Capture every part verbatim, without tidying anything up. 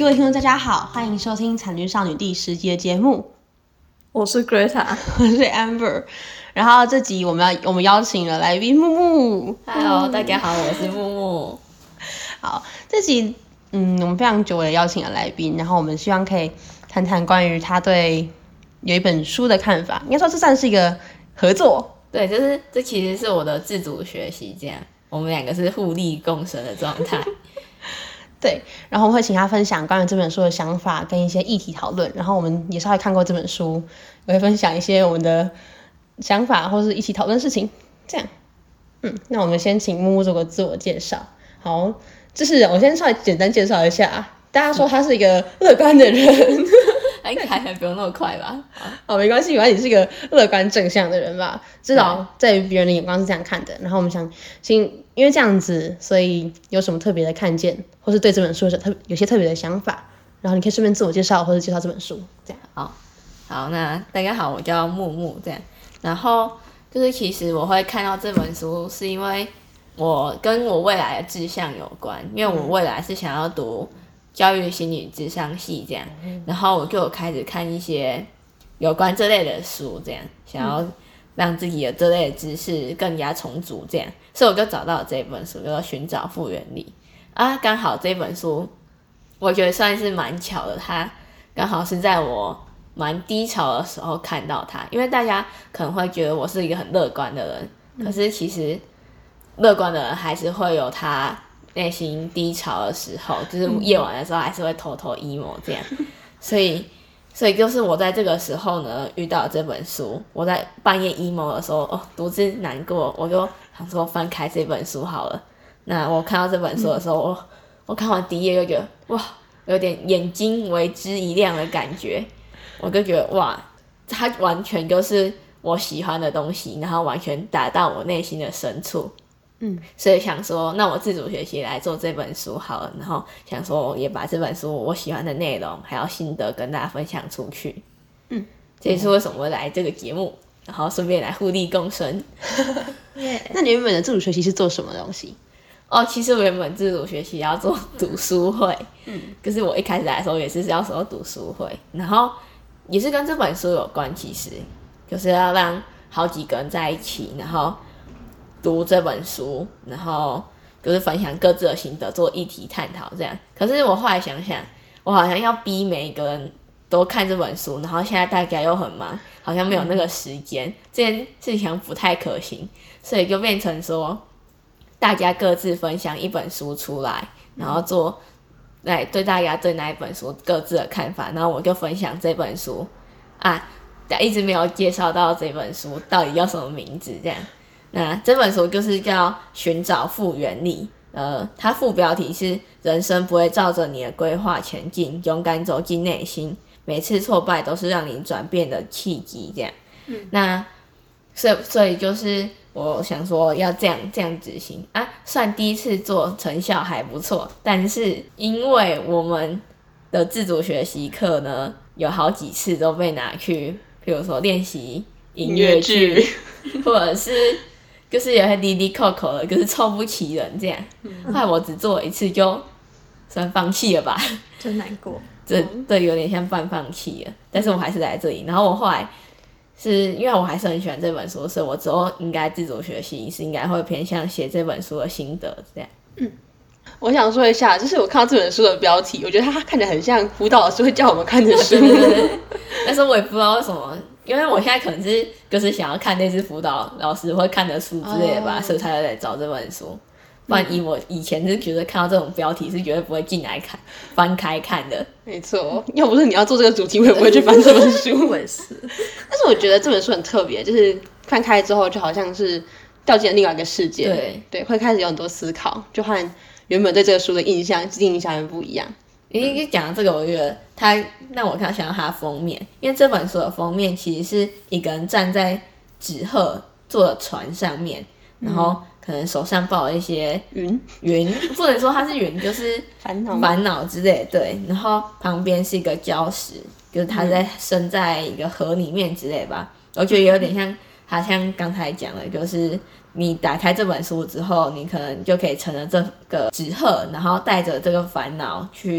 各位听众大家好，欢迎收听惨绿少女第十集的节目。 我是 Greta， 我是 Amber。然后这集我们要我们邀请了来宾木木。 Hello， 大家好，我是木木。 好，这集嗯我们非常久违邀请了来宾，然后我们希望可以谈谈关于他对有一本书的看法。应该说这算是一个合作。 对，就是这其实是我的自主学习，这样我们两个是互利共生的状态。 对，然后我们会请他分享关于这本书的想法跟一些议题讨论，然后我们也稍微看过这本书，也会分享一些我们的想法或是一起讨论事情，这样。嗯，那我们先请木木做个自我介绍。好，就是我先稍微简单介绍一下，大家说他是一个乐观的人。 应该还不用那么快吧？ 哦，没关系，反正你是一个乐观正向的人吧，至少在于别人的眼光是这样看的。然后我们想先因为这样子，所以有什么特别的看见，或是对这本书有特有些特别的想法，然后你可以顺便自我介绍或者介绍这本书，这样。 好，好，那大家好，我叫木木，这样。然后就是其实我会看到这本书，是因为我跟我未来的志向有关，因为我未来是想要读教育心理諮商系这样，然后我就有开始看一些有关这类的书，这样想要让自己的这类的知识更加充足，这样，所以我就找到了这本书，叫做《寻找复原力》啊。刚好这本书，我觉得算是蛮巧的，它刚好是在我蛮低潮的时候看到它，因为大家可能会觉得我是一个很乐观的人，可是其实乐观的人还是会有他内心低潮的时候，就是夜晚的时候还是会偷偷 emo 这样，所以所以就是我在这个时候呢遇到这本书，我在半夜 emo 的时候，哦，独自难过，我就想说翻开这本书好了。那我看到这本书的时候，我我看完第一页就觉得哇，有点眼睛为之一亮的感觉，我就觉得哇，它完全就是我喜欢的东西，然后完全打到我内心的深处。嗯，所以想说，那我自主学习来做这本书好了，然后想说我也把这本书我喜欢的内容还有心得跟大家分享出去。嗯，这也是为什么会来这个节目，然后顺便来互利共生。 yeah. 那你原本的自主学习是做什么东西？ 哦，其实我原本自主学习要做读书会，嗯，可是我一开始来的时候也是要说读书会，然后也是跟这本书有关，其实就是要让好几个人在一起，然后读这本书，然后就是分享各自的心得，做议题探讨这样。可是我后来想想，我好像要逼每一个人都看这本书，然后现在大家又很忙，好像没有那个时间，这件事情不太可行，所以就变成说大家各自分享一本书出来，然后做来对大家对那一本书各自的看法，然后我就分享这本书啊，一直没有介绍到这本书到底叫什么名字这样。那这本书就是叫《寻找复原力》，呃，它副标题是“人生不会照着你的规划前进，勇敢走进内心，每次挫败都是让你转变的契机”这样。嗯，那所以所以就是我想说要这样这样执行啊，算第一次做，成效还不错，但是因为我们的自主学习课呢，有好几次都被拿去，譬如说练习音乐剧，或者是就是有些滴滴扣扣的，就是凑不齐人这样。后来我只做一次就算放弃了吧， 真难过。 这对有点像半放弃了，但是我还是来这里。然后我后来是因为我还是很喜欢这本书，所以我之后应该自主学习是应该会偏向写这本书的心得这样。 嗯，我想说一下，就是我看到这本书的标题，我觉得它看起来很像辅导老师会叫我们看的书。 对对对，但是我也不知道为什么。因为我现在可能是就是想要看类似辅导老师会看的书之类的吧， oh. 所以才来找这本书。不然以我以前是觉得看到这种标题是绝对不会进来看翻开看的。 没错，要不是你要做这个主题，我也不会去翻这本书。我也是。但是我觉得这本书很特别，就是翻开之后就好像是掉进了另外一个世界。对对，会开始有很多思考，就和原本对这个书的印象、既定印象也不一样。 因为讲到这个，我觉得他让我看想到他的封面，因为这本书的封面其实是一个人站在纸鹤做的船上面，然后可能手上抱了一些云云，不能说它是云，就是烦恼烦恼之类的，对。然后旁边是一个礁石，就是他在身在一个河里面之类吧。我觉得有点像，他像刚才讲的，就是你打开这本书之后，你可能就可以乘着这个纸鹤，然后带着这个烦恼去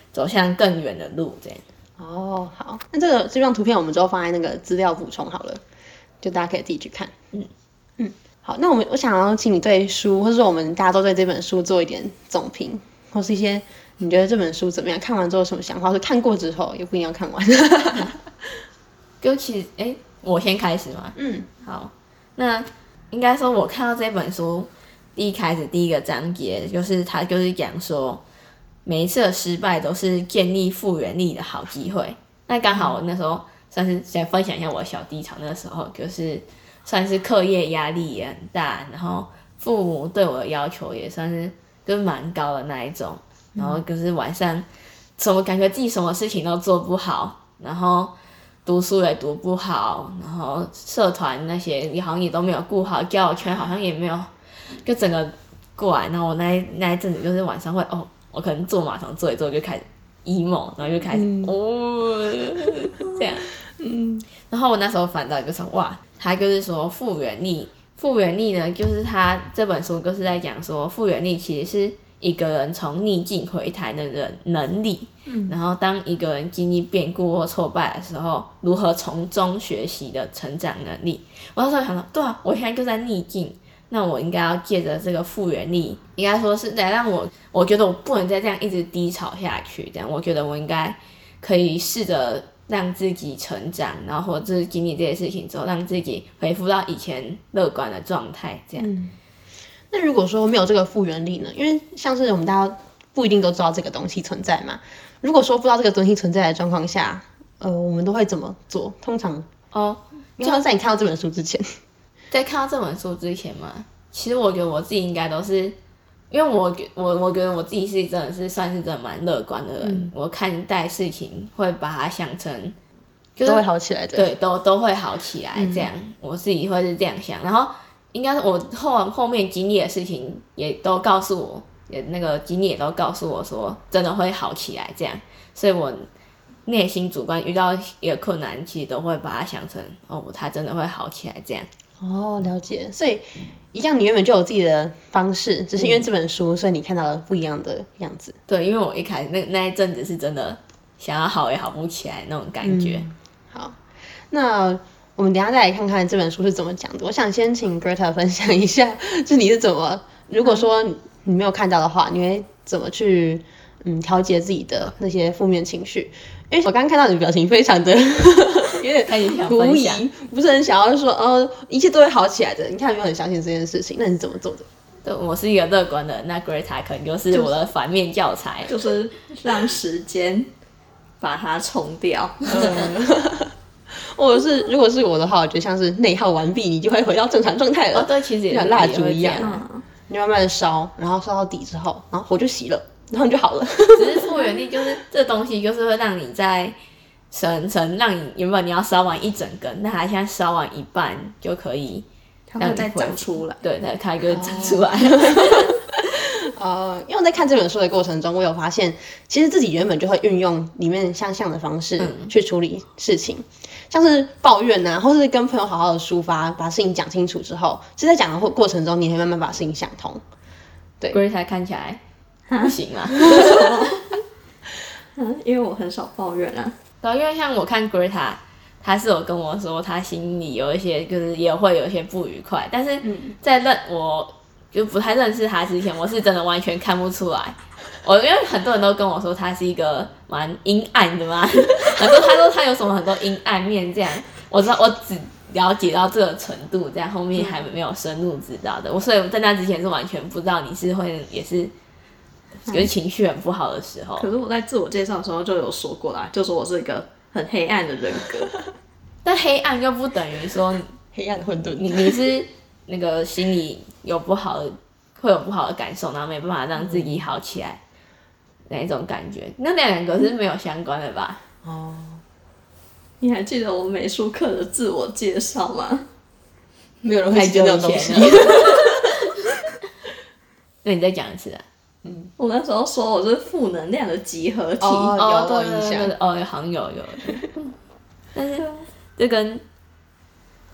走向更远的路这样。 哦，好，那这个这张图片我们之后放在那个资料补充好了，就大家可以自己去看。嗯嗯，好，那我们我想要请你对书，或者说我们大家都对这本书做一点总评，或是一些你觉得这本书怎么样？看完之后有什么想法？或者看过之后也不一定要看完。 就其实，哎，我先开始嘛。 嗯， 好，那应该说，我看到这本书一开始第一个章节，就是他就是讲说，每一次的失败都是建立复原力的好机会。那刚好我那时候算是想分享一下我的小低潮，那时候就是算是课业压力也很大，然后父母对我的要求也算是就是蛮高的那一种，然后就是晚上什么感觉自己什么事情都做不好，然后读书也读不好，然后社团那些好像也都没有顾好，交友圈好像也没有，就整个过来。然后我那一那一阵子就是晚上会哦，我可能坐马桶坐一坐就开始 emo， 然后就开始、嗯、哦这样，嗯，然后我那时候反倒就说哇，他就是说复原力，复原力呢，就是他这本书就是在讲说复原力其实是一个人从逆境回弹的人能力，嗯，然后当一个人经历变故或挫败的时候，如何从中学习的成长能力。我那时候想到，对啊，我现在就在逆境，那我应该要借着这个复原力，应该说是来让我，我觉得我不能再这样一直低潮下去，这样我觉得我应该可以试着让自己成长，然后或者是经历这些事情之后，让自己恢复到以前乐观的状态，这样。嗯， 那如果说没有这个复原力呢？因为像是我们大家不一定都知道这个东西存在嘛。如果说不知道这个东西存在的状况下，呃，我们都会怎么做？通常哦，就在你看到这本书之前， 在看到这本书之前嘛，其实我觉得我自己应该都是，因为我我我觉得我自己是真的是算是真的蛮乐观的人，嗯、我看待事情会把它想成。就是、 都会好起来的， 对，都都会好起来，这样、嗯、我自己会是这样想，然后。应该是我后后面经历的事情也都告诉我，也那个经历也都告诉我说，真的会好起来这样，所以我内心主观遇到一个困难，其实都会把它想成哦，它真的会好起来这样。 哦，了解。所以一样，你原本就有自己的方式，只是因为这本书，嗯、所以你看到了不一样的样子。 对，因为我一开始那那一阵子是真的想要好也好不起来那种感觉。 嗯、好，那。我们等一下再来看看这本书是怎么讲的。我想先请 Greta 分享一下，就你是怎么，如果说你没有看到的话，你会怎么去嗯调节自己的那些负面情绪？因为我刚刚看到你的表情非常的有点狐疑，不是很想要说哦一切都会好起来的。你看有没有很相信这件事情？那你怎么做的？ 对，我是一个乐观的人，那 Greta 可能就是我的反面教材， 就是让时间把它冲掉。 或者是如果是我的话，我觉得像是内耗完毕，你就会回到正常状态了。 哦，对，其实也像蜡烛一样，嗯、你慢慢的烧，然后烧到底之后，然后火就熄了，然后你就好了。 只是复原力就是这东西，就是会让你在神神让你原本你要烧完一整根，那它现在烧完一半就可以让你再长出来。 对，它它就会长出来。 呃，因为我在看这本书的过程中，我有发现，其实自己原本就会运用里面相像的方式去处理事情，嗯、像是抱怨啊，或是跟朋友好好的抒发，把事情讲清楚之后，是在讲的过程中，你会慢慢把事情想通。对 ，Greta 看起来不行啊， 因为我很少抱怨啊。 对，因为像我看 Greta， 他是有跟我说，他心里有一些就是也会有一些不愉快，但是在认我。就不太认识他之前，我是真的完全看不出来。我因为很多人都跟我说他是一个蛮阴暗的嘛，很多他说他有什么很多阴暗面这样，我知道我只了解到这个程度，这样后面还没有深入知道的。我所以在那之前是完全不知道你是会也是，就是情绪很不好的时候。 可是我在自我介绍的时候就有说过啦，就说我是一个很黑暗的人格， 但黑暗又不等于说黑暗混沌， 你你是。那个心里有不好的，会有不好的感受，然后没办法让自己好起来，那一种感觉，那两个是没有相关的吧？ 哦，你还记得我美术课的自我介绍吗？ 没有人会记得这种东西。 那你再讲一次啊？ 嗯，我那时候说我是负能量的集合体。 哦，对对对对，哦，好像有有。但是这跟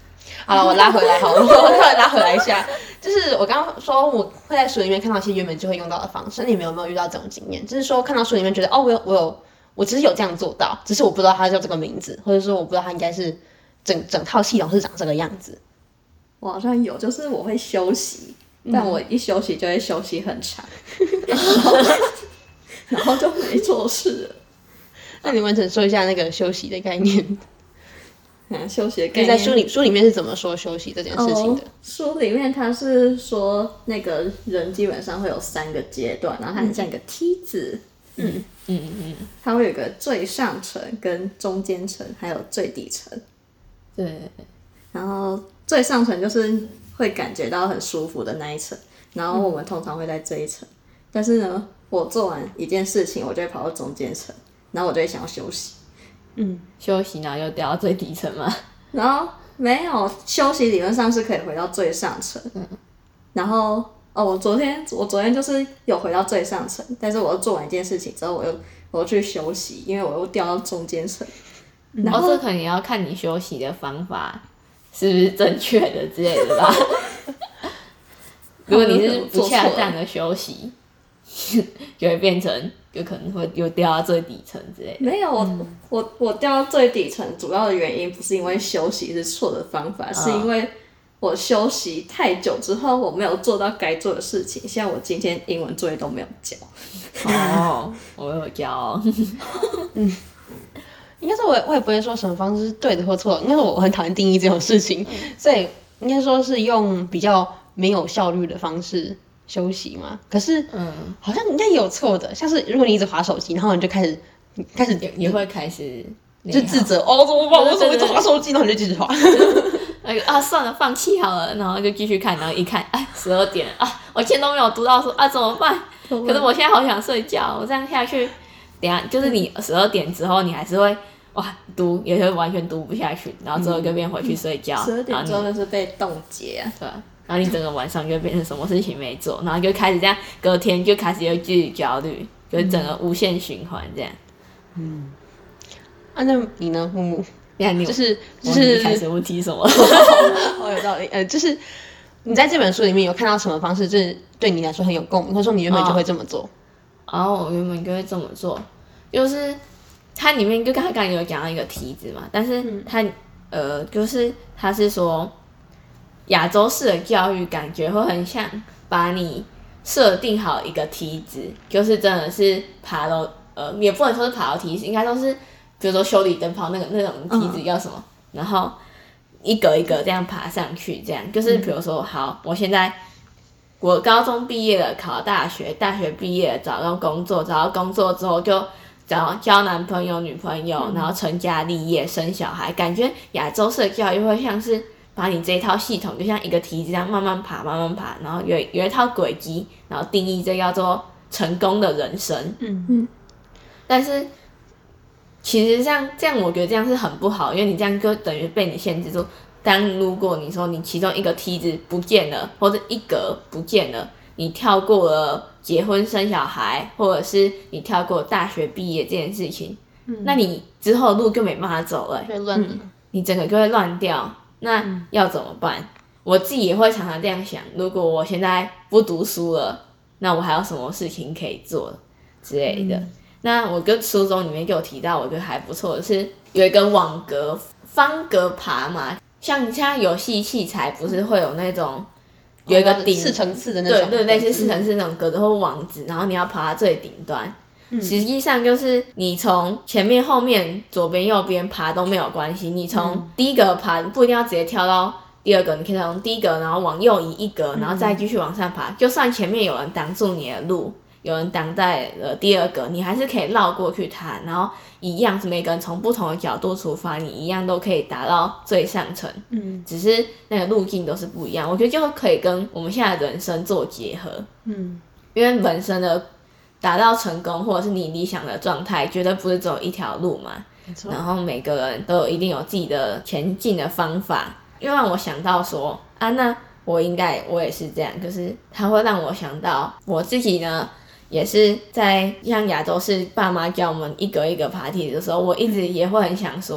好了，我拉回来好了，我突然拉回来一下，就是我刚刚说我会在书里面看到一些原本就会用到的方式，你们有没有遇到这种经验？就是说看到书里面觉得哦，我有我有我只是有这样做到，只是我不知道它叫这个名字，或者说我不知道它应该是整整套系统是长这个样子。 我好像有，就是我会休息，但我一休息就会休息很长，然后然后就没做事了。 那你完整说一下那个休息的概念。 嗯，休息的概念在书里书里面是怎么说休息这件事情的？ 哦、书里面他是说那个人基本上会有三个阶段，然后它很像一个梯子， 嗯嗯嗯， 它会有一个最上层、跟中间层，还有最底层。 对。 然后最上层就是会感觉到很舒服的那一层，然后我们通常会在这一层。嗯、但是呢，我做完一件事情，我就会跑到中间层，然后我就会想要休息。 嗯，休息然后又掉到最底层嘛。 然后没有休息，理论上是可以回到最上层。嗯。然后哦，我昨天我昨天就是有回到最上层，但是我又做完一件事情之后，我又我又去休息，因为我又掉到中间层。 然后、哦、这可能也要看你休息的方法是不是正确的之类的吧。如果你是不恰当的休息，就会变成有可能会又掉到最底层之类的。 没有，我、嗯、我我掉到最底层，主要的原因不是因为休息是错的方法，嗯、是因为我休息太久之后，我没有做到该做的事情。像我今天英文作业都没有交。 哦，我有交、哦。 嗯。应该说我，我也不会说什么方式是对的或错的。应该说我很讨厌定义这种事情，所以应该说是用比较没有效率的方式休息嘛。可是，嗯，好像应该也有错的，像是如果你一直滑手机，然后你就开始开始也也会开始就自责哦，怎么办？我怎么一直滑手机？然后你就继续滑。 那个啊，算了，放弃好了，然后就继续看，然后一看，哎，十二点啊，我今天都没有读到书啊，怎么办？可是我现在好想睡觉，我这样下去，等一下就是你十二点之后，你还是会。哇，读也会完全读不下去，然后之后就变回去睡觉。 十二、嗯、点之后就是被冻结啊， 对吧？然后你整个晚上就变成什么事情没做，然后就开始这样，隔天就开始有继续焦虑，就是整个无限循环这样。 嗯，啊，那你呢，木木？ 你就是就是开始问题什么？ 哦，有道理。呃，就是你在这本书里面有看到什么方式，就是对你来说很有共鸣，或者说你原本就会这么做？ 哦，我原本就会这么做，就是。它里面就刚刚有讲到一个梯子嘛，但是它、嗯、呃，就是它是说亚洲式的教育感觉会很像把你设定好一个梯子，就是真的是爬楼，呃，也不能说是爬楼梯，应该都是比如说修理灯泡那个那种梯子叫什么，嗯、然后一格一格这样爬上去，这样就是比如说好，我现在我高中毕业了，考大学，大学毕业了，找到工作，找到工作之后就。找交男朋友、女朋友，然后成家立业、生小孩，感觉亚洲式的教育会像是把你这一套系统，就像一个梯子这样慢慢爬、慢慢爬，然后有有一套轨迹，然后定义这叫做成功的人生。嗯嗯。但是其实像这样，我觉得这样是很不好，因为你这样就等于被你限制住。当如果你说你其中一个梯子不见了，或者一格不见了，你跳过了。结婚生小孩，或者是你跳过大学毕业这件事情，嗯、那你之后的路就没办法走了， 会乱、嗯， 你整个就会乱掉。那要怎么办？嗯、我自己也会常常这样想：如果我现在不读书了，那我还有什么事情可以做之类的？嗯、那我跟书中里面就有提到，我觉得还不错的是有一个网格方格爬嘛，像现在游戏器材不是会有那种。有一个顶四乘四的那种， 对对，类似四乘四那种格子或网子，然后你要爬到最顶端。嗯、实际上就是你从前面、后面、左边、右边爬都没有关系。你从第一格爬不一定要直接跳到第二格，你可以从第一格然后往右移一格，然后再继续往上爬。嗯、就算前面有人挡住你的路，有人挡在了第二格，你还是可以绕过去它，然后一样是每个人从不同的角度出发，你一样都可以达到最上层。嗯，只是那个路径都是不一样，我觉得就可以跟我们现在的人生做结合。嗯，因为人生的达到成功或者是你理想的状态，绝对不是只有一条路嘛。然后每个人都有一定有自己的前进的方法，又让我想到说啊，那我应该我也是这样，就是它会让我想到我自己呢。也是在像亚洲是爸妈教我们一格一格爬梯子的时候，我一直也会很想说，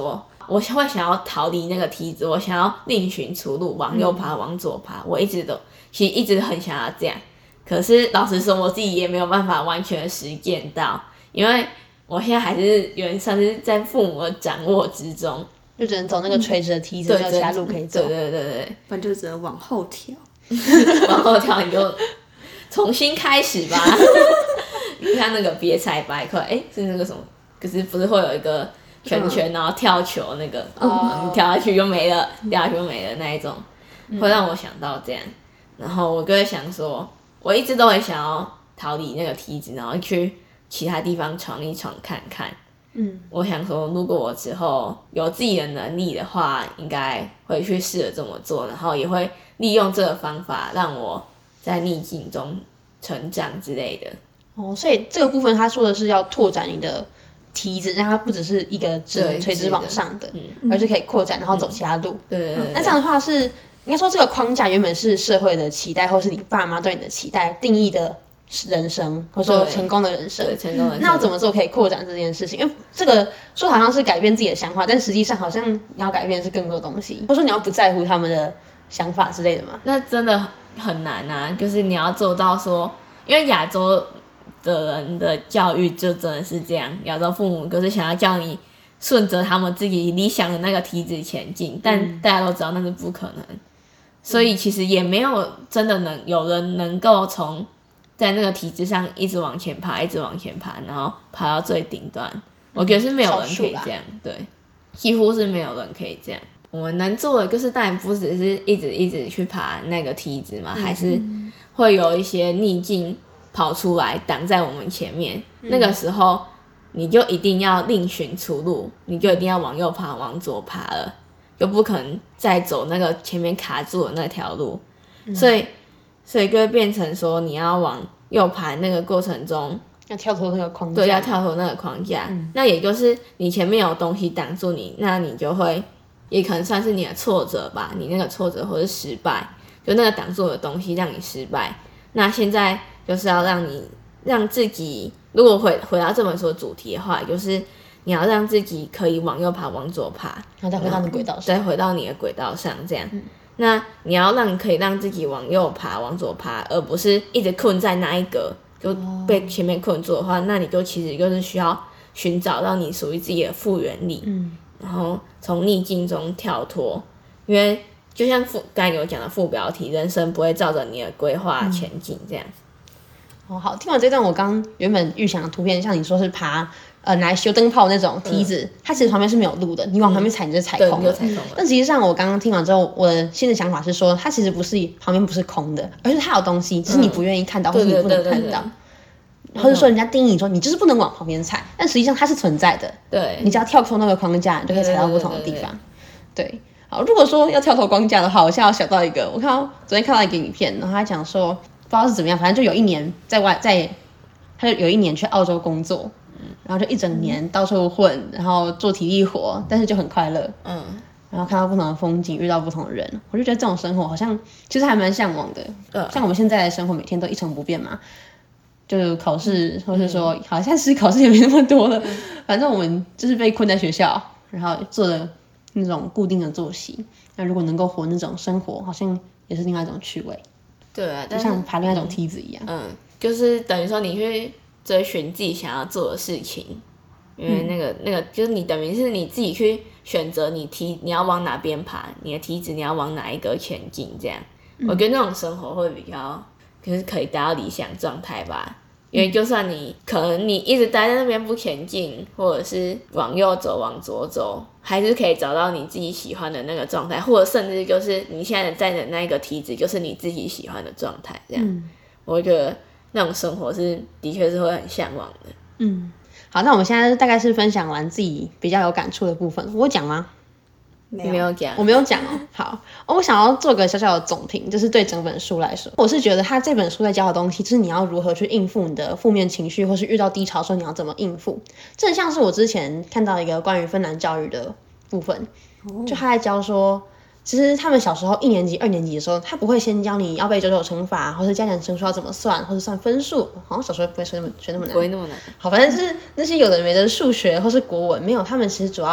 我会想要逃离那个梯子，我想要另寻出路，往右爬，往左爬。我一直都其实一直很想要这样，可是老实说，我自己也没有办法完全实践到，因为我现在还是有点算是在父母的掌握之中， 就只能走那个垂直的梯子，没有其他路可以走。 对对对对， 不然就只能往后跳， 往后跳你就重新开始吧。你看那个别踩白块，哎，是那个什么？可是不是会有一个圈圈，然后跳球那个，哦、你跳下去就没了，掉下去就没了那一种，会让我想到这样。然后我就会想说，我一直都很想要逃离那个梯子，然后去其他地方闯一闯看看。嗯，我想说，如果我之后有自己的能力的话，应该会去试着这么做，然后也会利用这个方法让我在逆境中成长之类的。 哦，所以这个部分他说的是要拓展你的梯子，让它不只是一个只能垂直往上的，嗯、而是可以扩展，然后走其他路。 对对对、嗯。 那这样的话是应该说这个框架原本是社会的期待，或是你爸妈对你的期待定义的人生，或者说成功的人生。 对，成功的人生。 那要怎么做可以扩展这件事情？因为这个说好像是改变自己的想法，但实际上好像你要改变的是更多东西，或者说你要不在乎他们的想法之类的嘛？ 那真的很难啊！就是你要做到说，因为亚洲的人的教育就真的是这样，亚洲父母就是想要叫你顺着他们自己理想的那个梯子前进，但大家都知道那是不可能，所以其实也没有真的能有人能够从在那个梯子上一直往前爬，一直往前爬，然后爬到最顶端。我觉得是没有人可以这样，对，几乎是没有人可以这样。我们能做的就是，当然不只是一直一直去爬那个梯子嘛，还是会有一些逆境跑出来挡在我们前面，嗯、那个时候你就一定要另寻出路，你就一定要往右爬往左爬了，就不可能再走那个前面卡住的那条路，嗯、所以所以就会变成说你要往右爬那个过程中要跳脱那个框架， 对，要跳脱那个框架，嗯、那也就是你前面有东西挡住你，那你就会也可能算是你的挫折吧，你那个挫折或是失败，就那个挡住的东西让你失败，那现在就是要让你让自己，如果回回到这本书的主题的话，就是你要让自己可以往右爬，往左爬， 然后再回到你轨道上， 再回到你的轨道上，这样。嗯、那你要让可以让自己往右爬，往左爬，而不是一直困在那一格，就被前面困住的话，哦、那你就其实就是需要寻找到你属于自己的复原力，嗯、然后从逆境中跳脱，因为就像副刚才有讲的副标题，人生不会照着你的规划前进，这样。嗯哦，好，听完这段，我刚原本预想的图片，像你说是爬呃拿来修灯泡那种梯子，嗯、它其实旁边是没有路的，你往旁边踩你就踩空了。 嗯、了但实际上我刚刚听完之后，我的新的想法是说，它其实不是旁边不是空的，而是它有东西，只是你不愿意看到，嗯、或者你不能看到。对对对对对，或者说人家定义你说你就是不能往旁边踩，但实际上它是存在的。对，你只要跳出那个框架，你就可以踩到不同的地方。对, 对, 对, 对, 对，好，如果说要跳脱框架的话，我现在要想到一个，我看到昨天看到一个影片，然后他讲说不知道是怎么样，反正就有一年在外在。他就有一年去澳洲工作，然后就一整年到处混，然后做体力活，但是就很快乐。嗯，然后看到不同的风景，遇到不同的人，我就觉得这种生活好像其实还蛮向往的。嗯，像我们现在的生活每天都一成不变嘛，就是考试，或是说，嗯、好像是考试也没那么多了，嗯、反正我们就是被困在学校，然后做的那种固定的作息。那如果能够活那种生活，好像也是另外一种趣味。 对啊， 就像爬另外一种梯子一样。 嗯。就是等于说你去追寻自己想要做的事情，因为那个、嗯、那个就是你等于是你自己去选择你梯你要往哪边爬，你的梯子你要往哪一个前进，这样，嗯、我觉得那种生活会比较就是可以达到理想状态吧。因为就算你可能你一直待在那边不前进，或者是往右走往左走，还是可以找到你自己喜欢的那个状态，或者甚至就是你现在在的那个梯子就是你自己喜欢的状态，这样，嗯、我觉得。那种生活是的确是会很向往的。 嗯，好，那我们现在大概是分享完自己比较有感触的部分，我有讲吗？ 没有，没有讲， 我没有讲哦。好，哦，我想要做个小小的总评，就是对整本书来说，我是觉得他这本书在教的东西，就是你要如何去应付你的负面情绪，或是遇到低潮的时候你要怎么应付。这很像是我之前看到一个关于芬兰教育的部分，哦、就他在教说。其实他们小时候一年级、二年级的时候，他不会先教你要背九九乘法，或是加减乘数要怎么算，或是算分数。好像小时候不会学那么学那么难， 不会那么难。 好，反正就是那些有的没的数学或是国文，没有。他们其实主要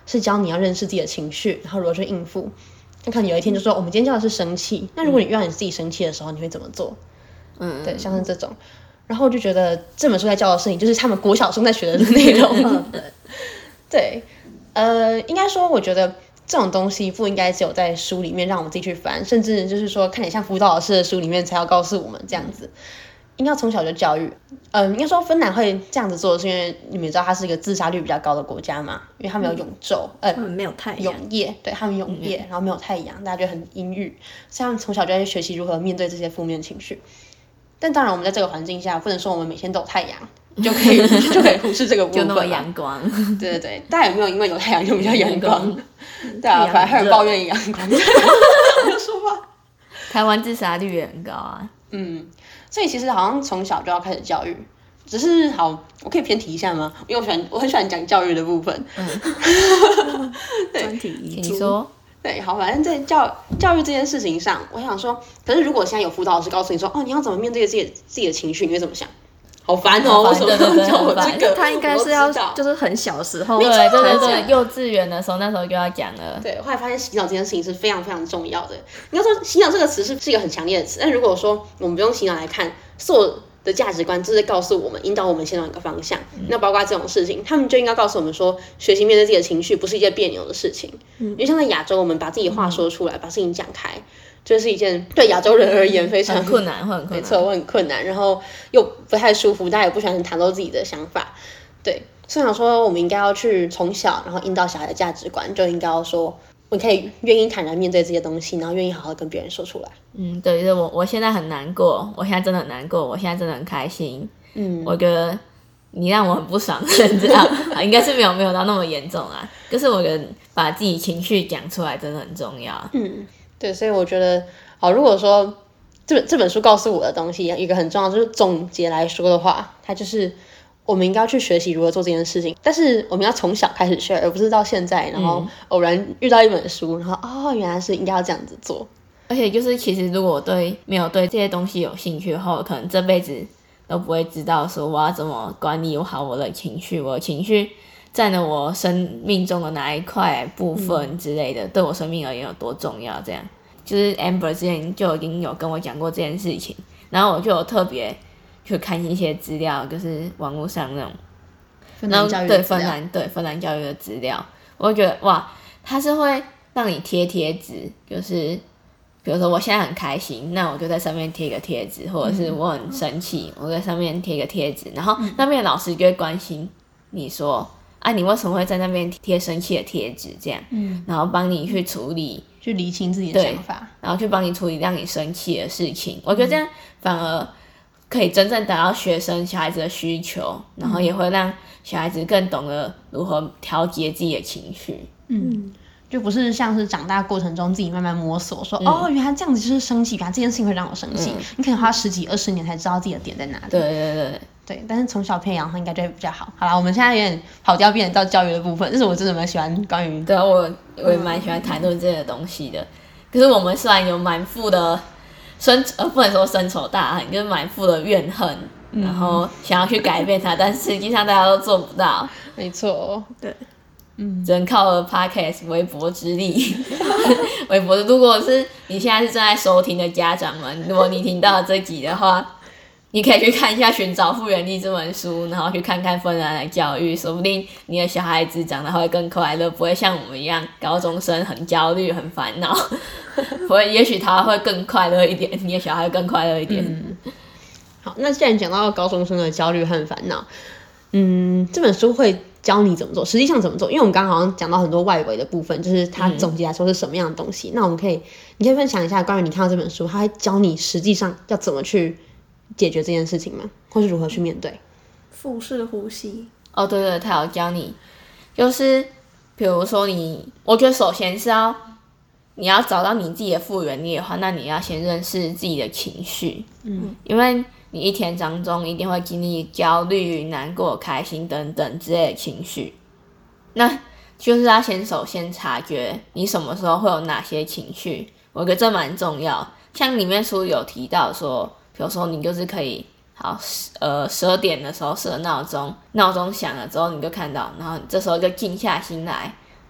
是教你要认识自己的情绪，然后如何去应付。那可能有一天就说我们今天教的是生气，那如果你遇到你自己生气的时候，你会怎么做？嗯，对，像是这种。然后我就觉得这本书在教的事情，就是他们国小生在学的内容。对，对，呃，应该说，我觉得这种东西不应该只有在书里面让我们自己去翻，甚至就是说，看点像辅导老师的书里面才要告诉我们这样子。应该从小就教育。嗯、呃，应该说芬兰会这样子做，是因为你们知道它是一个自杀率比较高的国家嘛，因为他们有永昼，呃， 他们没有太阳， 永夜，对，他们永夜，然后没有太阳，大家就很阴郁，所以他们从小就在学习如何面对这些负面情绪。但当然，我们在这个环境下，不能说我们每天都有太阳就可以就可以忽视这个部分， 就那么阳光。 对对对，大家有没有因为有太阳就比较阳光？对啊，反正还有人抱怨阳光，我就说吧。 台湾自杀率也很高啊。 嗯，所以其实好像从小就要开始教育。只是好，我可以偏题一下吗？因为我喜欢，我很喜欢讲教育的部分。 嗯，专题遗请说。 对，好，反正在教教育这件事情上，我想说，可是如果现在有辅导老师告诉你说，哦，你要怎么面对自己自己的情绪，你会怎么想？好烦哦，为什么要教我这个？ 他应该是要就是很小的时候， 对对对对，幼稚园的时候那时候就要讲了。 对，后来发现洗脑这件事情是非常非常重要的。你要说洗脑这个词是是一个很强烈的词，但如果说我们不用洗脑来看，所有的价值观就是告诉我们，引导我们前往一个方向。嗯、那包括这种事情，他们就应该告诉我们说，学习面对自己的情绪不是一件别扭的事情。嗯、因为像在亚洲，我们把自己的话说出来，嗯、把事情讲开。这是一件对亚洲人而言非常很困难，会很困难， 没错，会很困难，然后又不太舒服，大家也不喜欢袒露自己的想法，对，所以想说我们应该要去从小，然后引导小孩的价值观，就应该要说，我可以愿意坦然面对这些东西，然后愿意好好跟别人说出来。 嗯，对，就是我我现在很难过，我现在真的很难过，我现在真的很开心，嗯，我觉得你让我很不爽，这样应该是没有没有到那么严重啊，就是我觉得把自己情绪讲出来真的很重要， 嗯。对，所以我觉得，好，如果说这本这本书告诉我的东西，有一个很重要，就是总结来说的话，它就是我们应该要去学习如何做这件事情，但是我们要从小开始学，而不是到现在，然后偶然遇到一本书，然后哦，原来是应该要这样子做。 而且就是其实如果我对没有对这些东西有兴趣后，可能这辈子都不会知道说我要怎么管理好我的情绪，我的情绪占了我生命中的哪一块部分之类的，嗯、对我生命而言有多重要，这样就是 Amber 之前就已经有跟我讲过这件事情，然后我就有特别去看一些资料，就是网络上那种芬兰教育对芬兰对芬兰教育的资料，我就觉得哇，它是会让你贴贴纸，就是比如说我现在很开心，那我就在上面贴一个贴纸，或者是我很生气，嗯、我在上面贴一个贴纸，然后那边的老师就会关心你说。啊，你为什么会在那边贴生气的贴纸？这样，嗯，然后帮你去处理， 去厘清自己的想法， 然后去帮你处理让你生气的事情。我觉得这样反而可以真正达到学生小孩子的需求，然后也会让小孩子更懂得如何调节自己的情绪。 嗯，就不是像是长大过程中自己慢慢摸索，说、嗯、哦，原来这样子就是生气，原来这件事情会让我生气。嗯、你可能花十几二十年才知道自己的点在哪里。 对对对。 对，但是从小培养它应该就会比较好。好啦，我们现在有点跑调，变成到教育的部分，但是我真的蛮喜欢关于对啊，我我也蛮喜欢谈论这些东西的。可是我们虽然有满腹的深呃不能说深仇大恨，就是满腹的怨恨，嗯、然后想要去改变它，但实际上大家都做不到。 没错， 对， 嗯，只能靠了 podcast 微薄之力。微薄的，如果是你现在是正在收听的家长们，如果你听到这集的话。你可以去看一下《寻找复原力》这本书，然后去看看芬兰的教育，说不定你的小孩子长得会更快乐，不会像我们一样高中生很焦虑、很烦恼。不会，也许他会更快乐一点，你的小孩会更快乐一点。 嗯、好，那既然讲到高中生的焦虑和烦恼，嗯，这本书会教你怎么做，实际上怎么做？因为我们刚刚好像讲到很多外围的部分，就是它总结来说是什么样的东西。嗯、那我们可以，你可以分享一下关于你看到这本书，它会教你实际上要怎么去解决这件事情吗？或是如何去面对？ 腹式呼吸。 哦，对对，他有教你，就是比如说你，我觉得首先是要你要找到你自己的复原力的话，那你要先认识自己的情绪，嗯，因为你一天当中一定会经历焦虑、难过、开心等等之类的情绪，那就是要先首先察觉你什么时候会有哪些情绪，我觉得这蛮重要。像里面书有提到说。比如说你就是可以好呃十二点的时候设闹钟，闹钟响了之后你就看到，然后这时候就静下心来，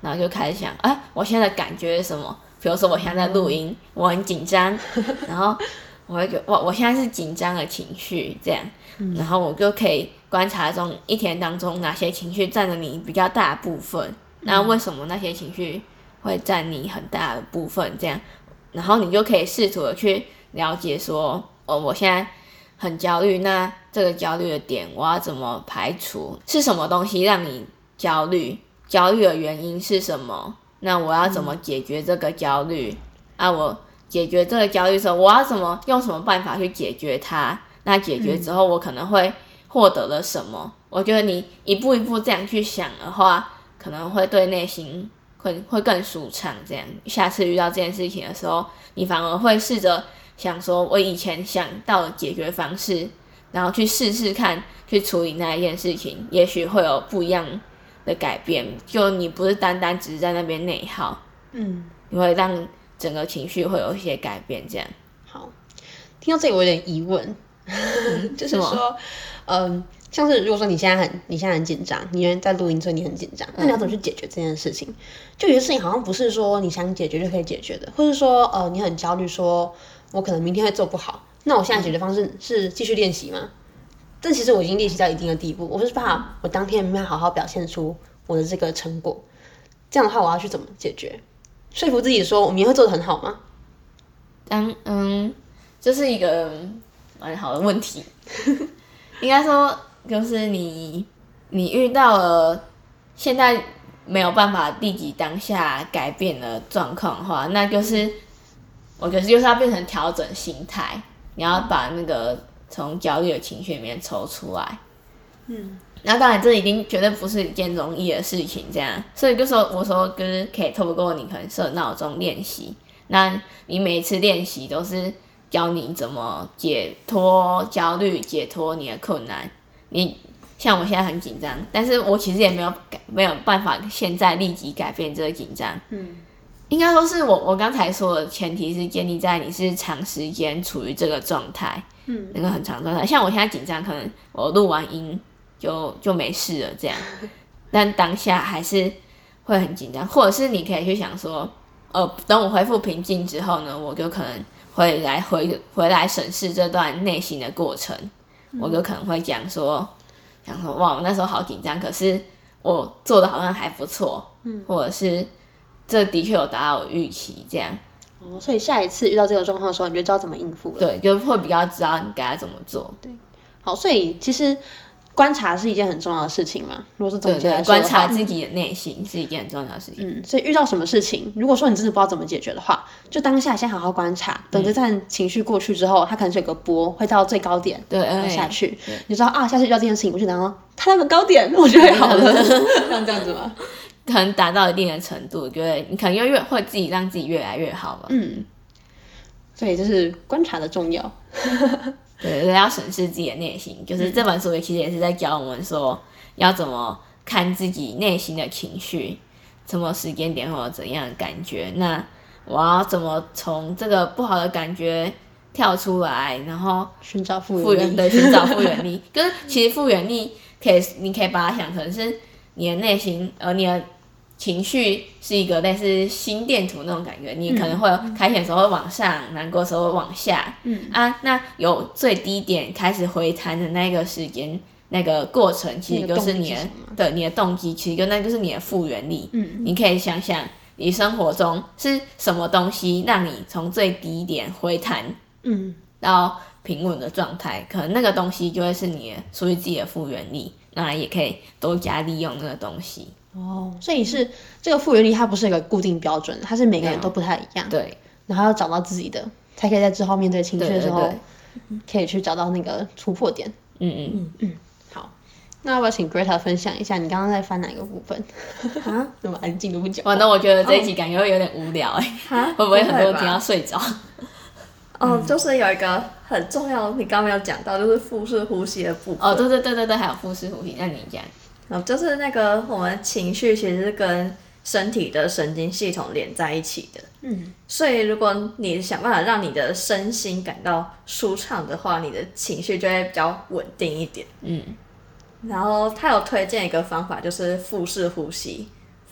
然后就开始想，哎，我现在的感觉是什么？比如说我现在在录音，我很紧张，然后我会觉得哇，我现在是紧张的情绪这样，然后我就可以观察中一天当中哪些情绪占了你比较大的部分，那为什么那些情绪会占你很大的部分这样，然后你就可以试图的去了解说，哦，我现在很焦虑，那这个焦虑的点我要怎么排除？是什么东西让你焦虑？焦虑的原因是什么？那我要怎么解决这个焦虑？嗯、啊，我解决这个焦虑的时候，我要怎么用什么办法去解决它？那解决之后，我可能会获得了什么？嗯、我觉得你一步一步这样去想的话，可能会对内心会会更舒畅。这样，下次遇到这件事情的时候，你反而会试着想说，我以前想到的解决方式，然后去试试看，去处理那一件事情，也许会有不一样的改变。就你不是单单只是在那边内耗，嗯，你会让整个情绪会有一些改变。这样。 好，听到这里我有点疑问，嗯、就是说，嗯，像是如果说你现在很你现在很紧张，你因为在录音所以你很紧张，那你要怎么去解决这件事情？嗯、就有些事情好像不是说你想解决就可以解决的，或是说呃你很焦虑说。我可能明天会做不好，那我现在解决方式是继续练习吗？但其实我已经练习到一定的地步，我是怕我当天没办法好好表现出我的这个成果。这样的话，我要去怎么解决？说服自己说我明天会做得很好吗？ 当嗯，这是一个蛮好的问题。应该说，就是你你遇到了现在没有办法立即当下改变的状况的话，那就是。我觉得就是要变成调整心态，你要把那个从焦虑的情绪里面抽出来。嗯，那当然这一定绝对不是一件容易的事情，这样，所以就说我说就是可以透过你可能设闹钟练习，那你每一次练习都是教你怎么解脱焦虑，解脱你的困难。你像我现在很紧张，但是我其实也没有没有办法现在立即改变这个紧张。嗯。应该说是我我刚才说的前提是建立在你是长时间处于这个状态，嗯，那个很长状态。像我现在紧张，可能我录完音就就没事了这样，但当下还是会很紧张。或者是你可以去想说，呃，等我恢复平静之后呢，我就可能会来回回来审视这段内心的过程，嗯、我就可能会讲说，讲说哇，我那时候好紧张，可是我做的好像还不错，嗯，或者是。这的确有达到我预期，这样。 哦，所以下一次遇到这个状况的时候，你就知道怎么应付了。 对，就会比较知道你该怎么做。 对，好，所以其实观察是一件很重要的事情嘛。如果是总结来说， 观察自己的内心是一件很重要的事情。 嗯，所以遇到什么事情，如果说你真的不知道怎么解决的话，就当下先好好观察，等这段情绪过去之后，它可能是有个波会到最高点， 对， 然后下去，你知道啊，下次遇到这件事情，我就想说它那么高点，我就会好了，像这样子吗？ 可能达到一定的程度，觉得你可能越会自己让自己越来越好吧。 嗯，所以就是观察的重要。 对，要审视自己的内心。就是这本书其实也是在教我们说，要怎么看自己内心的情绪，什么时间点会有怎样的感觉。那我要怎么从这个不好的感觉跳出来，然后寻找复原力。 对，寻找复原力。就是其实复原力可以，你可以把它想成是你的内心，呃，你的情绪是一个类似心电图那种感觉，你可能会开心的时候会往上，难过的时候会往下，嗯啊，那有最低点开始回弹的那个时间，那个过程其实就是你的，对，你的动机，其实就那就是你的复原力。嗯，你可以想想，你生活中是什么东西让你从最低点回弹，嗯，到平稳的状态，可能那个东西就会是你的属于自己的复原力，那也可以多加利用那个东西。 哦，所以是这个复原力，它不是一个固定标准，它是每个人都不太一样。 对， 然后要找到自己的，才可以在之后面对情绪的时候，对对对，可以去找到那个突破点。嗯嗯嗯嗯。好，那要不要请 Greta 分享一下你刚刚在翻哪个部分？啊？怎么安静都不讲？ 完了，我觉得这一集感觉会有点无聊哎、欸，会不会很多人听到睡着？ 哦，就是有一个很重要，你刚刚没有讲到，就是腹式呼吸的部分。 哦，对对对对对，还有腹式呼吸，那你讲。 哦，就是那个我们情绪其实是跟身体的神经系统连在一起的。嗯，所以如果你想办法让你的身心感到舒畅的话，你的情绪就会比较稳定一点。嗯，然后他有推荐一个方法，就是腹式呼吸。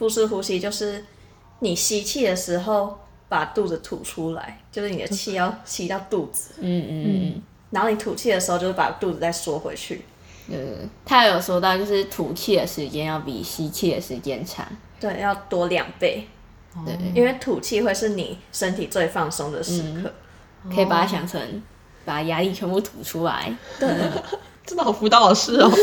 腹式呼吸就是你吸气的时候把肚子吐出来，就是你的气要吸到肚子， 嗯嗯嗯， 然后你吐气的时候就是把肚子再缩回去。 嗯，他有说到就是吐气的时间要比吸气的时间长， 对，要多两倍。 对， 因为吐气会是你身体最放松的时刻， 嗯、可以把它想成把压力全部吐出来。 对， 真的好辅导老师哦。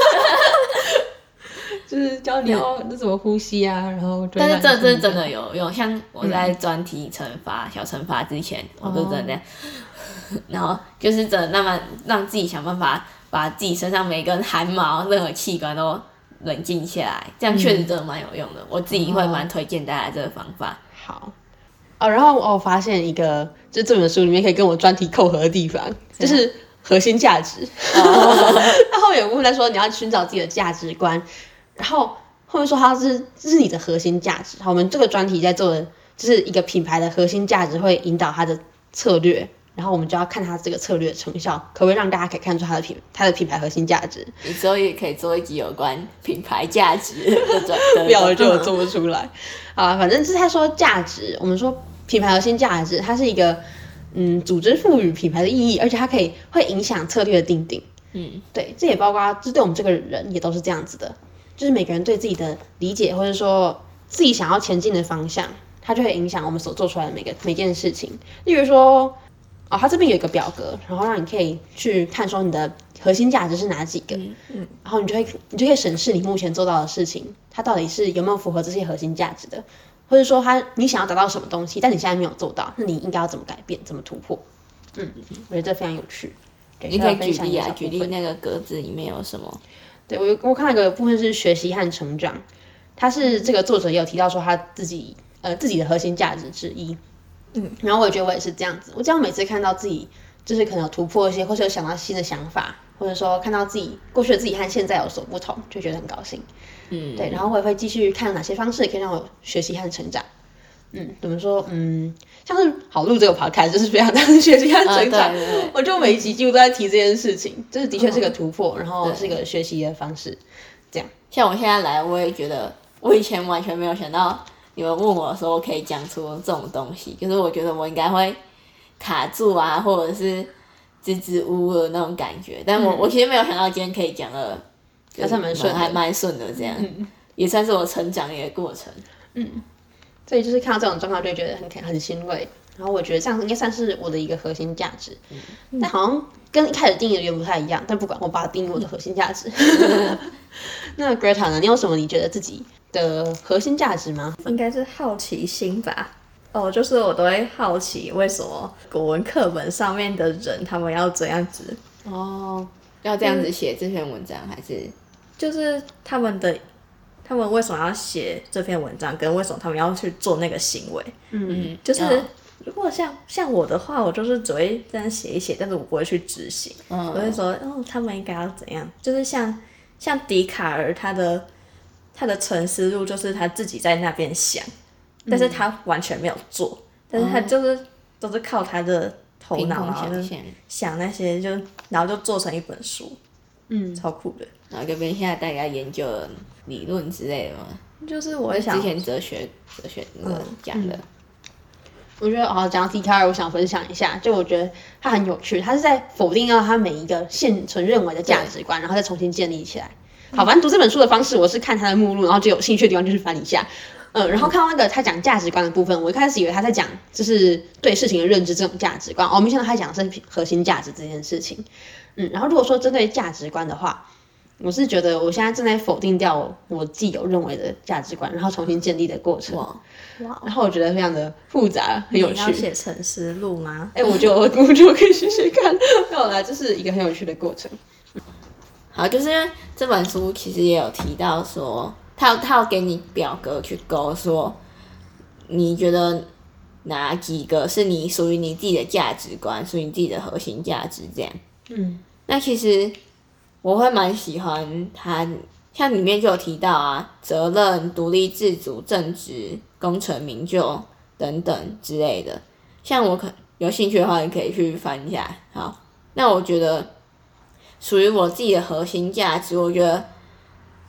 就是教你哦，那怎么呼吸啊，然后但是这这真的有用，像我在专题惩罚、嗯、小惩罚之前，我都真的这样，哦、然后就是真的慢慢让自己想办法把自己身上每根汗毛、任何器官都冷静下来，这样确实真的蛮有用的。嗯、我自己会蛮推荐大家这个方法。 好，哦，然后我发现一个，就这本书里面可以跟我专题扣合的地方，就是核心价值。哦、然后有部分在说你要寻找自己的价值观。然后后面说它是这是你的核心价值。好，我们这个专题在做的就是一个品牌的核心价值会引导它的策略，然后我们就要看它这个策略的成效，可不可以让大家可以看出它的品它的品牌核心价值。 你之后也可以做一集有关品牌价值的转， 不要就我做不出来啊。反正是他说价值，我们说品牌核心价值，它是一个嗯组织赋予品牌的意义，而且它可以会影响策略的定定。嗯，对，这也包括这对我们这个人也都是这样子的。就是每个人对自己的理解，或者说自己想要前进的方向，它就会影响我们所做出来的每个每件事情。例如说，哦，它这边有一个表格，然后让你可以去看说你的核心价值是哪几个，嗯嗯，然后你就会你就可以审视你目前做到的事情，它到底是有没有符合这些核心价值的，或者说它你想要达到什么东西，但你现在没有做到，那你应该要怎么改变，怎么突破？嗯，我觉得这非常有趣。 你可以举例啊，举例那个格子里面有什么？ 对，我我看到一个部分是学习和成长，他是这个作者也有提到说他自己呃自己的核心价值之一，嗯，然后我也觉得我也是这样子，我这样每次看到自己就是可能有突破一些，或是有想到新的想法，或者说看到自己过去的自己和现在有所不同，就觉得很高兴，嗯，对，然后我也会继续看哪些方式可以让我学习和成长，嗯，怎么说，嗯，像是好录这个 podcast 就是非常大的学习和成长，呃、对对对，我就每一集几乎都在提这件事情，就是的确是个突破，嗯、然后是个学习的方式，这样。 像我现在来，我也觉得我以前完全没有想到，你们问我的时候可以讲出这种东西，就是我觉得我应该会卡住啊，或者是支支吾吾的那种感觉，但我、嗯、我其实没有想到今天可以讲的， 还是蛮顺， 还蛮顺的，这样、嗯、也算是我成长的一个过程，嗯。 所以就是看到这种状况就觉得很很欣慰，然后我觉得这样应该算是我的一个核心价值，嗯、但好像跟一开始定义的原不太一样，但不管我把它定义我的核心价值。那 Greta 呢？你有什么你觉得自己的核心价值吗？ 应该是好奇心吧。哦，就是我都会好奇为什么国文课本上面的人他们要这样子哦，要这样子写这篇文章，还是就是他们的。他们为什么要写这篇文章，跟为什么他们要去做那个行为？嗯，就是如果像像我的话，我就是只会这样写一写，但是我不会去执行。嗯，我会说哦，他们应该要怎样？就是像像笛卡尔他的他的沉思录，就是他自己在那边想，但是他完全没有做，但是他就是、嗯、都是靠他的头脑，然后就想那些，就然后就做成一本书。嗯，超酷的。 然后就跟现在大家研究的理论之类的嘛， 就是我想之前哲学哲学那个讲的、嗯嗯。 我觉得哦，讲到笛卡尔，我想分享一下，就我觉得他很有趣，他是在否定掉他每一个现存认为的价值观，然后再重新建立起来。好，反正读这本书的方式，我是看他的目录，然后就有兴趣的地方就是翻一下。嗯，然后看到那个他讲价值观的部分，我一开始以为他在讲就是对事情的认知这种价值观，哦，没想到他讲的是核心价值这件事情。嗯，然后如果说针对价值观的话，我是觉得我现在正在否定掉我既有认为的价值观，然后重新建立的过程。哇，然后我觉得非常的复杂，很有趣。 你要写沉思录吗？ 哎、欸，我就我就可以试试看。没有啦，这是一个很有趣的过程。 好，就是因为这本书其实也有提到说，他有他要给你表格去勾，说你觉得哪几个是你属于你自己的价值观，属于你自己的核心价值这样。嗯，那其实我会蛮喜欢它，像里面就有提到啊，责任、独立自主、正直、功成名就等等之类的。像我可有兴趣的话，你可以去翻一下。好，那我觉得属于我自己的核心价值，我觉得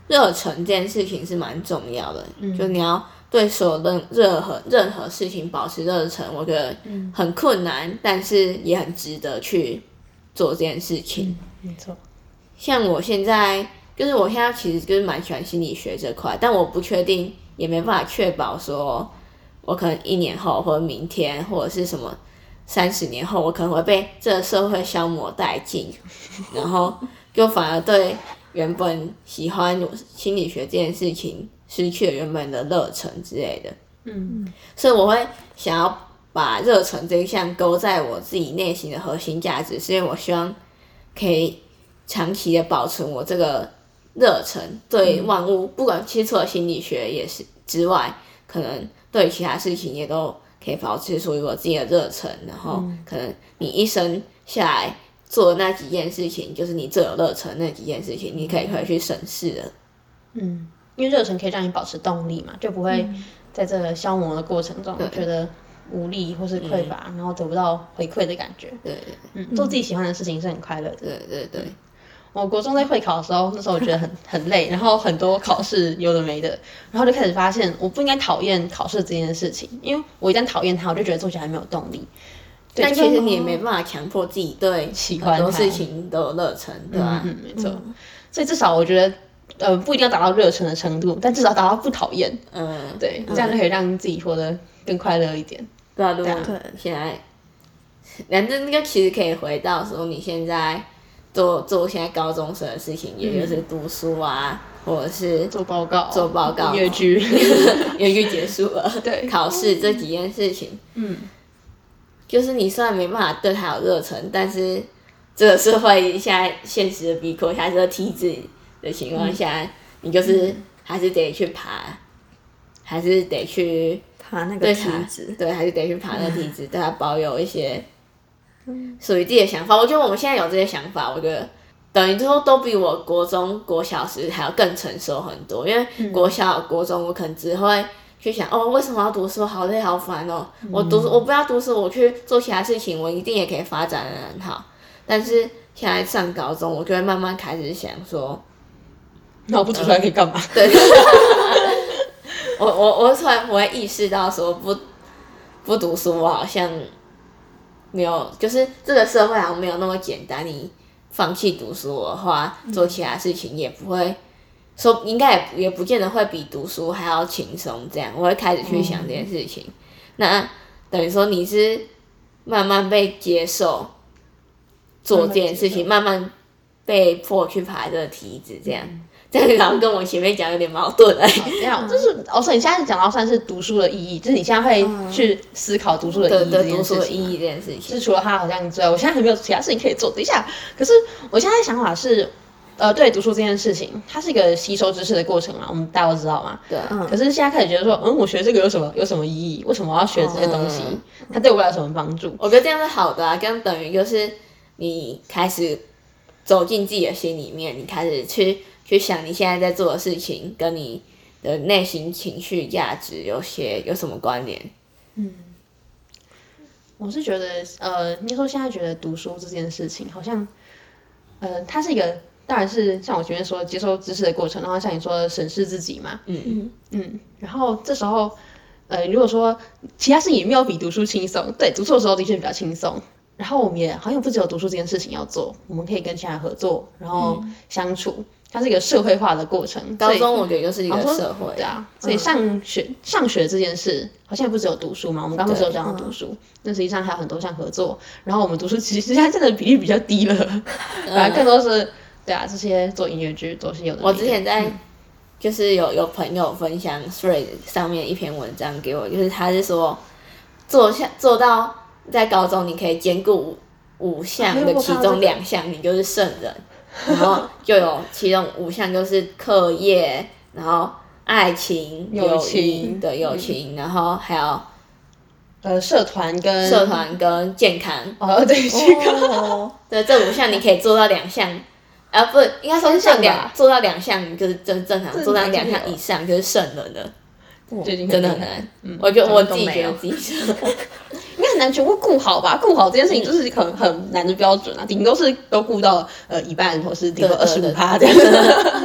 热忱这件事情是蛮重要的，嗯、就你要对所有任任何任何事情保持热忱，我觉得很困难，嗯、但是也很值得去做这件事情。 嗯、没错。 像我现在，就是我现在其实就是蛮喜欢心理学这块，但我不确定，也没办法确保说，我可能一年后或者明天或者是什么三十年后，我可能会被这个社会消磨殆尽，然后就反而对原本喜欢心理学这件事情失去了原本的热忱之类的。嗯，所以我会想要把热忱这一项勾在我自己内心的核心价值，是因为我希望可以长期的保存我这个热忱，对万物，嗯、不管其实除了心理学也是之外，可能对其他事情也都可以保持属于我自己的热忱，然后可能你一生下来做的那几件事情，就是你最有热忱那几件事情，你可以可以去审视的。 嗯，因为热忱可以让你保持动力嘛，就不会在这个消磨的过程中觉得无力或是匮乏，嗯、然后得不到回馈的感觉。 对对对， 嗯，做自己喜欢的事情是很快乐的。 对对对。嗯我国中在会考的时候，那时候我觉得很很累，然后很多考试有的没的，然后就开始发现我不应该讨厌考试这件事情，因为我一旦讨厌它，我就觉得做起来没有动力。 但其实你也没办法强迫自己对很多事情都有热忱，对吧？ 嗯，没错。嗯、所以至少我觉得，呃，不一定要达到热忱的程度，但至少达到不讨厌。嗯，对，这样就可以让自己活得更快乐一点。 对啊，对啊。现在，反正那个其实可以回到说你现在。做做现在高中生的事情，也就是读书啊，嗯、或者是做报告、 做报告、 音乐剧， 音乐剧结束了， 对， 考试这几件事情，嗯，就是你虽然没办法对他有热忱，但是这个社会现在现实的逼迫下，这个体制的情况下，嗯、你就是还是得去爬，还是得去爬那个体制， 对，还是得去爬那个体制，对他保有一些。属于自己的想法，我觉得我们现在有这些想法，我觉得等于说都比我国中、国小时还要更成熟很多。因为国小、国中我可能只会去想，哦，为什么要读书？好累、好烦哦！嗯、我读书，我不要读书，我去做其他事情，我一定也可以发展得很好。但是现在上高中，我就会慢慢开始想说， 那我不读书还可以干嘛？ 对，我我我突然我会意识到说，不不读书，我好像。没有，就是这个社会好像没有那么简单。你放弃读书的话，做其他事情也不会说，应该也也不见得会比读书还要轻松。这样，我会开始去想这件事情。嗯、那等于说你是慢慢被接受做这件事情，慢慢被迫去爬这个梯子，这样。嗯这样然后跟我前面讲有点矛盾哎， 这样就是哦，所以你现在讲到算是读书的意义，就是你现在会去思考读书的意义这件事情。 读书的意义这件事情， 是除了它好像之外，我现在还没有其他事情可以做。等一下，可是我现在的想法是，呃，对读书这件事情，它是一个吸收知识的过程嘛，我们大家都知道嘛。 对。 嗯。可是现在开始觉得说，嗯，我学这个有什么有什么意义？为什么我要学这些东西？嗯、它对我有什么帮助？ 我觉得这样是好的啊，这样等于就是你开始走进自己的心里面，你开始去。去想你现在在做的事情跟你的内心情绪价值有些有什么关联？ 嗯，我是觉得，呃，你说现在觉得读书这件事情，好像，呃，它是一个，当然是像我前面说接受知识的过程，然后像你说的审视自己嘛，嗯嗯嗯，然后这时候，呃，如果说其他事情也没有比读书轻松，对，读书的时候的确比较轻松。然后我们也好像不只有读书这件事情要做，我们可以跟其他人合作，然后相处。嗯它是一个社会化的过程。 高中我觉得就是一个社会， 对啊，所以上学、嗯、上学这件事好像也不只有读书嘛。我们刚刚只有讲到读书，那、嗯、实际上还有很多像合作。然后我们读书其实现在真的比例比较低了，反而更多是对啊，这些做音乐剧都是有的。 我之前在、嗯、就是有有朋友分享 Thread 上面一篇文章给我，就是他是说做下做到在高中你可以兼顾五项的其中两项，你就是圣人。然后就有其中五项就是课业，然后爱情、友情的友情，嗯、然后还有呃社团跟社团跟健康。 哦，对，健康。 哦、对，这五项你可以做到两项，啊，不是应该说是两做到两项就是正正常，做到两项以上就是圣人了。真的很难，嗯、我觉得我自己觉得自己应该很难全部顾好吧？顾好这件事情就是很很难的标准啊，顶多是都顾到呃一半，或是顶多二十五趴这样。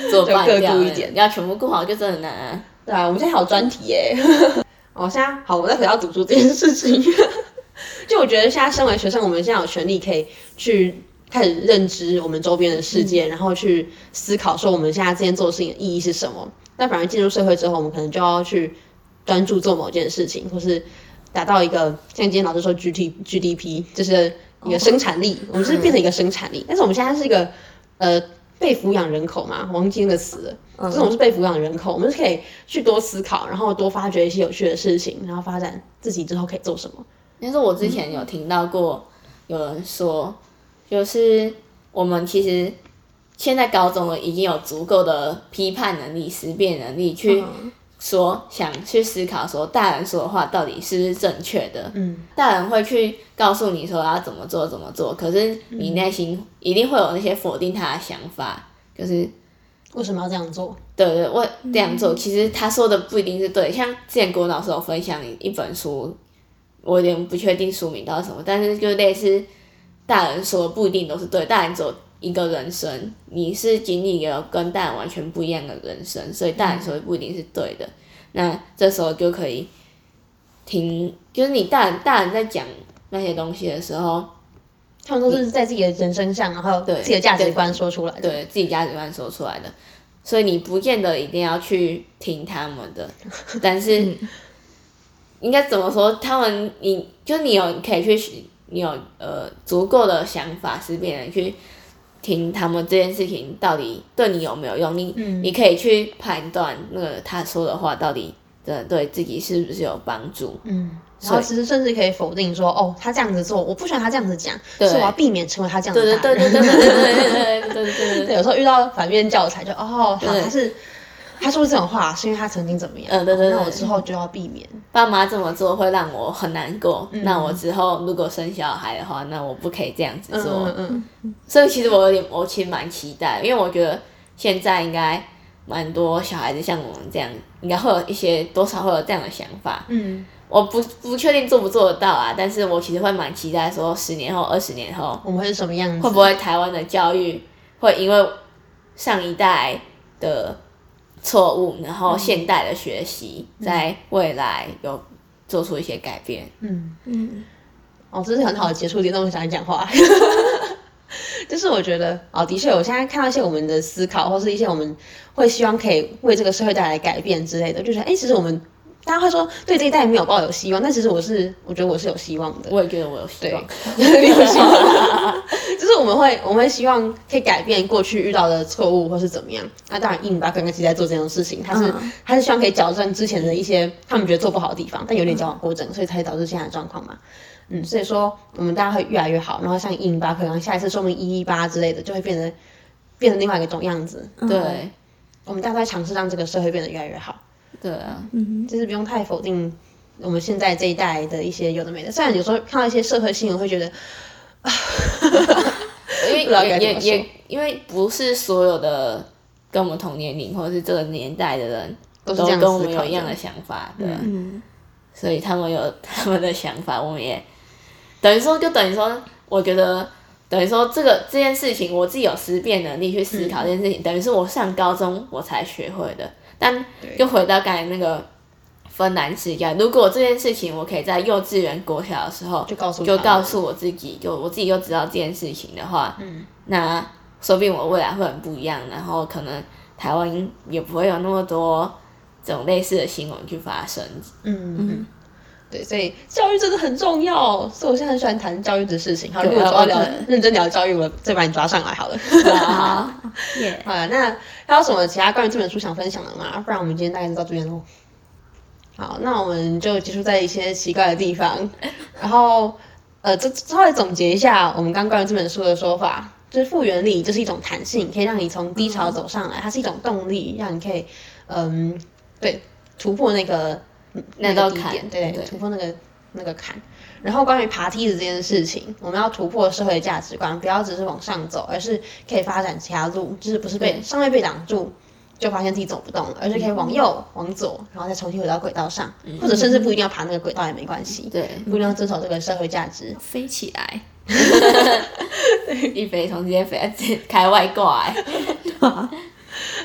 做半就掉了各顾一点要全部顾好就真的很难啊。 对啊，我们现在还有专题耶。哦，现在好，我再回到读书这件事情。就我觉得现在身为学生，我们现在有权利可以去开始认知我们周边的世界，嗯、然后去思考说我们现在之前做的事情的意义是什么。但反而进入社会之后，我们可能就要去专注做某件事情，或是达到一个像今天老师说 G T G D P， 就是一个生产力，哦、我们是变成一个生产力。嗯、但是我们现在是一个呃被抚养人口嘛，忘记那个词了。嗯、就是我们是被抚养的人口，我们是可以去多思考，然后多发掘一些有趣的事情，然后发展自己之后可以做什么。 但是我之前有听到过有人说，就是我们其实现在高中了已经有足够的批判能力、思辨能力去说，想去思考说大人说的话到底是不是正确的。嗯，大人会去告诉你说要怎么做怎么做，可是你内心一定会有那些否定他的想法，就是为什么要这样做？ 对对，我这样做，其实他说的不一定是对。像之前国文老师有分享一本书，我有点不确定书名到底是什么，但是就类似大人说的不一定都是对，大人只有一个人生，你是经历一个跟大人完全不一样的人生，所以大人说的不一定是对的。嗯、那这时候就可以听，就是你大人大人在讲那些东西的时候， 他们都是在自己的人生上，然后自己的价值观说出来的， 对，对自己价值观说出来的，所以你不见得一定要去听他们的，但是应该怎么说？他们你就你有可以去，你有呃足够的想法思辨人去听他们这件事情到底对你有没有用，你、嗯、你可以去判断那个他说的话到底真的对自己是不是有帮助。 嗯。然后其实甚至可以否定说，哦，他这样子做，我不喜欢他这样子讲，所以我要避免成为他这样的大人。 对对对对对对对对对对对。 有时候遇到反面教材就，哦，好，他是他说这种话是因为他曾经怎么样， 嗯，对对对， 那我之后就要避免。 爸妈这么做会让我很难过，嗯、那我之后如果生小孩的话，那我不可以这样子做。嗯嗯。所以其实我有点，我其实蛮期待，因为我觉得现在应该蛮多小孩子像我们这样，应该会有一些多少会有这样的想法。嗯。我不不确定做不做得到啊，但是我其实会蛮期待说十年后、二十年后我们会是什么样子？ 会不会台湾的教育会因为上一代的错误，然后现代的学习，嗯、在未来有做出一些改变？嗯嗯，哦，这是很好的结束点，那我想来讲话。就是我觉得哦，的确，我现在看到一些我们的思考，或是一些我们会希望可以为这个社会带来改变之类的，就觉得哎，其实我们。大家会说对这一代没有抱有希望，但其实我是，我觉得我是有希望的。 我也觉得我有希望， 对，有希望。就是我们会，我们会希望可以改变过去遇到的错误，或是怎么样。那当然，一零八刚刚其实在做这种事情，他是、嗯、他是希望可以矫正之前的一些他们觉得做不好的地方，但有点矫枉过正，所以才导致现在的状况嘛。嗯，所以说我们大家会越来越好，然后像一零八可能下一次说明一一八之类的，就会变得变成另外一个种样子。 嗯、对， 我们大家在尝试让这个社会变得越来越好。 对啊， 嗯，就是不用太否定我们现在这一代的一些有的没的。虽然有时候看到一些社会新闻会觉得，啊， 因为也也也因为不是所有的跟我们同年龄或者是这个年代的人都跟我们有一样的想法，对，嗯，所以他们有他们的想法，我们也等于说就等于说，我觉得等于说这个这件事情，我自己有思辨能力去思考这件事情，嗯、等于是我上高中我才学会的。但就回到刚才那个分男世界，如果这件事情我可以在幼稚园、国小的时候就告诉就告诉我自己，就我自己就知道这件事情的话，嗯，那说不定我未来会很不一样，然后可能台湾也不会有那么多这种类似的新闻去发生。嗯嗯，对，所以教育真的很重要，所以我现在很喜欢谈教育的事情。好，如果要聊认真聊教育，我再把你抓上来好了。 好， 耶，好了，那还有什么其他关于这本书想分享的吗？不然我们今天大概就到这边喽。好，那我们就结束在一些奇怪的地方，然后呃，这稍微总结一下我们刚关于这本书的说法，就是复原力就是一种弹性，可以让你从低潮走上来，它是一种动力，让你可以嗯，对，突破那个那个低点，对对，突破那个那个坎。然后关于爬梯子这件事情，我们要突破社会价值观，不要只是往上走，而是可以发展其他路，就是不是被上面被挡住，就发现自己走不动了，而是可以往右、往左，然后再重新回到轨道上，嗯、或者甚至不一定要爬那个轨道也没关系， 对， 不一定要遵守这个社会价值， 飞起来， 一飞冲直接飞，开外挂哎。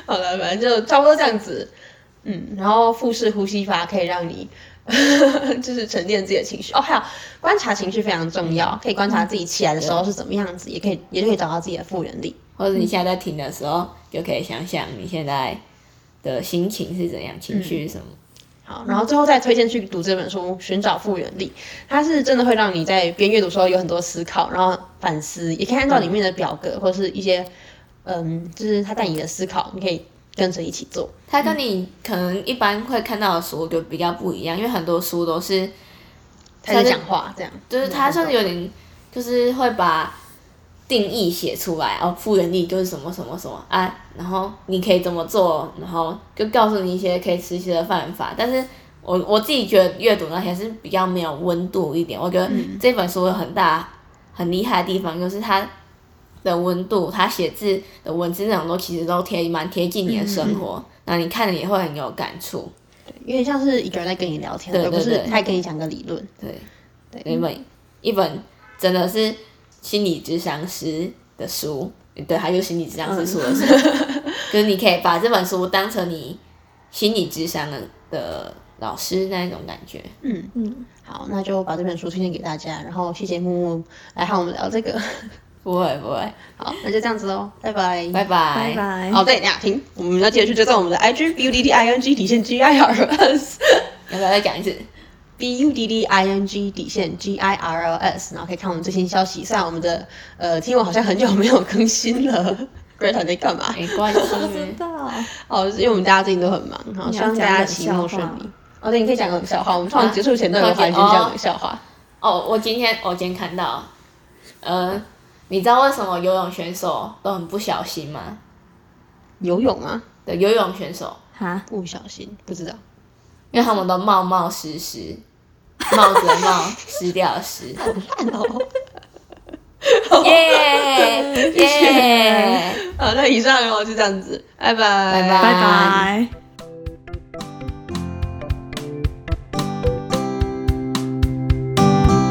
好了，反正就差不多这样子。嗯，然后腹式呼吸法可以让你就是沉淀自己的情绪哦，还有观察情绪非常重要，可以观察自己起来的时候是怎么样子，也可以也可以找到自己的复原力。 或者你现在在停的时候，就可以想想你现在的心情是怎样，情绪是什么。嗯好，然后最后再推荐去读这本书《寻找复原力》，它是真的会让你在边阅读的时候有很多思考，然后反思，也可以按照里面的表格、嗯、或者是一些，嗯，就是他带你的思考，你可以跟着一起做。 它跟你可能一般会看到的书就比较不一样，因为很多书都是他在讲话这样， 就是他算是有点，就是会把定义写出来，哦，复原力就是什么什么什么啊，然后你可以怎么做，然后就告诉你一些可以实习的办法。但是我我自己觉得阅读那些是比较没有温度一点。我觉得这本书有很大很厉害的地方，就是它的温度，它写字的文字内容都其实都贴蛮贴近你的生活，那、嗯、你看了也会很有感触。 对，有点像是一个人在跟你聊天， 对对对， 而不是他在跟你讲个理论。 对对，一本一本真的是心理咨商师的书，对，它就是心理咨商师书的书，嗯、就是你可以把这本书当成你心理咨商的的老师那一种感觉。 嗯嗯，好，那就把这本书推荐给大家，然后谢谢木木来和我们聊这个。 不会不会， 好，那就这样子喽，拜拜， 拜拜拜拜。 哦，对，呀，停，我们要记得去追踪我们的 I G B U D D I N G 底线 G I R S， 要不要再讲一次 ？B U D D I N G 底线 G I R L S， 然后可以看我们最新消息。虽然我们的呃听我好像很久没有更新了 ，Greta 在干嘛？ 没关系， 不知道。 哦，因为我们大家最近都很忙，好，希望大家期末顺利。哦，对，你可以讲个冷笑话，我们通常结束前都有个环节讲冷笑话。 哦，我今天我今天看到，呃。你知道为什么游泳选手都很不小心吗？ 游泳啊？ 对，游泳选手哈， 不小心，不知道， 因为他们都冒冒失失，帽子的帽，失掉的失， 好烂哦！ 耶耶！ 好，那以上我就这样子，拜拜， 拜拜拜拜。